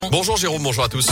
Bonjour Jérôme, bonjour à tous.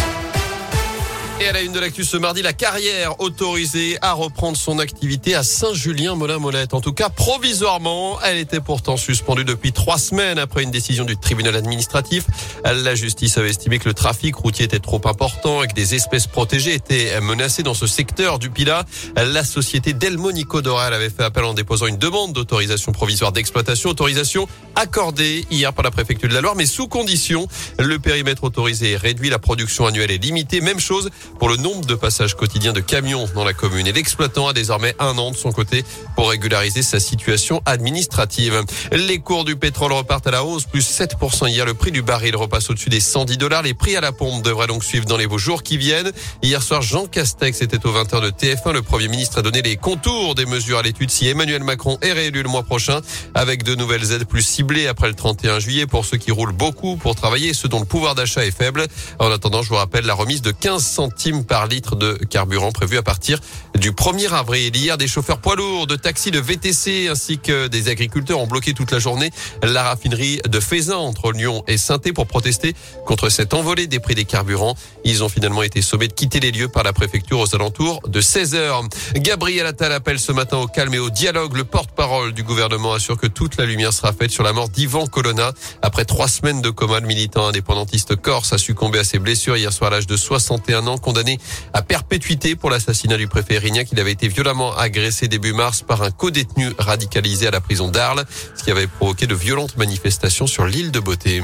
Et à la une de l'actu ce mardi, la Carrière autorisée à reprendre son activité à Saint-Julien-Molin-Molette. En tout cas, provisoirement, elle était pourtant suspendue depuis 3 semaines après une décision du tribunal administratif. La justice avait estimé que le trafic routier était trop important et que des espèces protégées étaient menacées dans ce secteur du Pilat. La société Delmonico Doral avait fait appel en déposant une demande d'autorisation provisoire d'exploitation. Autorisation accordée hier par la préfecture de la Loire, mais sous condition. Le périmètre autorisé est réduit, la production annuelle est limitée. Même chose pour le nombre de passages quotidiens de camions dans la commune. Et l'exploitant a désormais 1 an de son côté pour régulariser sa situation administrative. Les cours du pétrole repartent à la hausse, plus 7% hier. Le prix du baril repasse au-dessus des $110. Les prix à la pompe devraient donc suivre dans les beaux jours qui viennent. Hier soir, Jean Castex était aux 20h de TF1. Le Premier ministre a donné les contours des mesures à l'étude si Emmanuel Macron est réélu le mois prochain, avec de nouvelles aides plus ciblées après le 31 juillet pour ceux qui roulent beaucoup pour travailler et ceux dont le pouvoir d'achat est faible. En attendant, je vous rappelle la remise de 15 centimes par litre de carburant prévu à partir du 1er avril. Hier, des chauffeurs poids lourds, de taxis, de VTC ainsi que des agriculteurs ont bloqué toute la journée la raffinerie de Feyzin entre Lyon et Saint-Étienne pour protester contre cette envolée des prix des carburants. Ils ont finalement été sommés de quitter les lieux par la préfecture aux alentours de 16h. Gabriel Attal appelle ce matin au calme et au dialogue. Le porte-parole du gouvernement assure que toute la lumière sera faite sur la mort d'Ivan Colonna. Après 3 semaines de coma, le militant indépendantiste corse a succombé à ses blessures hier soir à l'âge de 61 ans, condamné à perpétuité pour l'assassinat du préfet Erignac. Il avait été violemment agressé début mars par un codétenu radicalisé à la prison d'Arles, ce qui avait provoqué de violentes manifestations sur l'île de Beauté.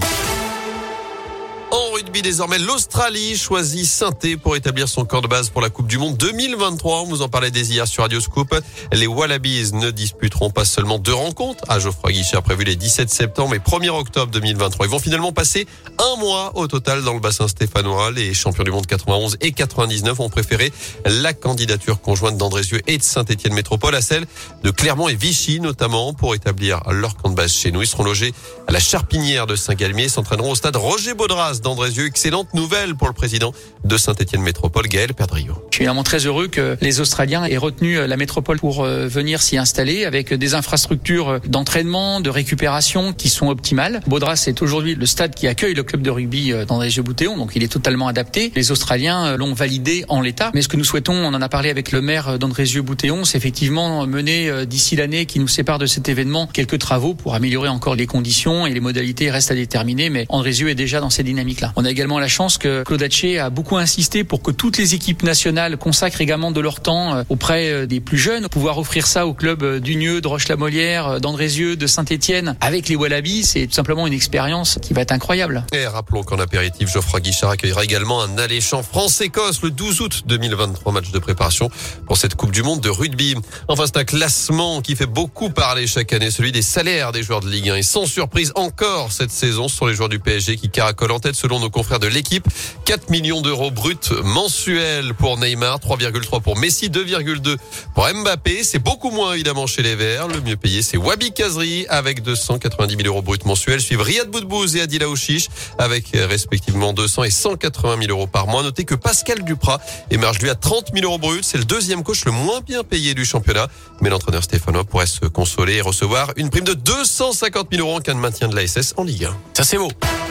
En rugby, désormais, l'Australie choisit Saint-Étienne pour établir son camp de base pour la Coupe du Monde 2023. On vous en parlait dès hier sur Radio Scoop. Les Wallabies ne disputeront pas seulement 2 rencontres à Geoffroy Guichard prévu les 17 septembre et 1er octobre 2023. Ils vont finalement passer 1 mois au total dans le bassin stéphanois. Les champions du monde 91 et 99 ont préféré la candidature conjointe d'Andrézieux et de Saint-Étienne Métropole à celle de Clermont et Vichy notamment pour établir leur camp de base chez nous. Ils seront logés à la Charpinière de Saint-Galmier et s'entraîneront au stade Roger Baudras d'Andrézieux. Excellente nouvelle pour le président de Saint-Étienne Métropole, Gaël Perdriau. Je suis vraiment très heureux que les Australiens aient retenu la métropole pour venir s'y installer avec des infrastructures d'entraînement, de récupération qui sont optimales. Baudras est aujourd'hui le stade qui accueille le club de rugby d'Andrézieux-Boutéon, donc il est totalement adapté. Les Australiens l'ont validé en l'état. Mais ce que nous souhaitons, on en a parlé avec le maire d'Andrézieux-Boutéon, c'est effectivement mener d'ici l'année qui nous sépare de cet événement quelques travaux pour améliorer encore les conditions et les modalités restent à déterminer. Mais Andrézieux est déjà dans cette dynamique-là. On a également la chance que Claude Haché a beaucoup insisté pour que toutes les équipes nationales consacrent également de leur temps auprès des plus jeunes. Pouvoir offrir ça au club d'Unieux, de Roche-la-Molière, d'Andrézieux, de Saint-Étienne avec les Wallabies, c'est tout simplement une expérience qui va être incroyable. Et rappelons qu'en apéritif, Geoffroy Guichard accueillera également un alléchant France-Écosse le 12 août 2023, match de préparation pour cette Coupe du Monde de rugby. Enfin, c'est un classement qui fait beaucoup parler chaque année, celui des salaires des joueurs de Ligue 1. Et sans surprise encore cette saison, ce sont les joueurs du PSG qui caracolent en tête selon nos confrères de l'équipe. 4 millions d'euros bruts mensuels pour Neymar, 3,3 pour Messi, 2,2 pour Mbappé. C'est beaucoup moins évidemment chez les Verts. Le mieux payé, c'est Wabi Kazri avec 290 000 euros bruts mensuels. Suivent Riyad Boudbouz et Adil Aouchiche avec respectivement 200 et 180 000 euros par mois. Notez que Pascal Duprat émerge lui à 30 000 euros bruts. C'est le 2e coach le moins bien payé du championnat. Mais l'entraîneur stéphanois pourrait se consoler et recevoir une prime de 250 000 euros en cas de maintien de l'ASS en Ligue 1. Ça c'est beau.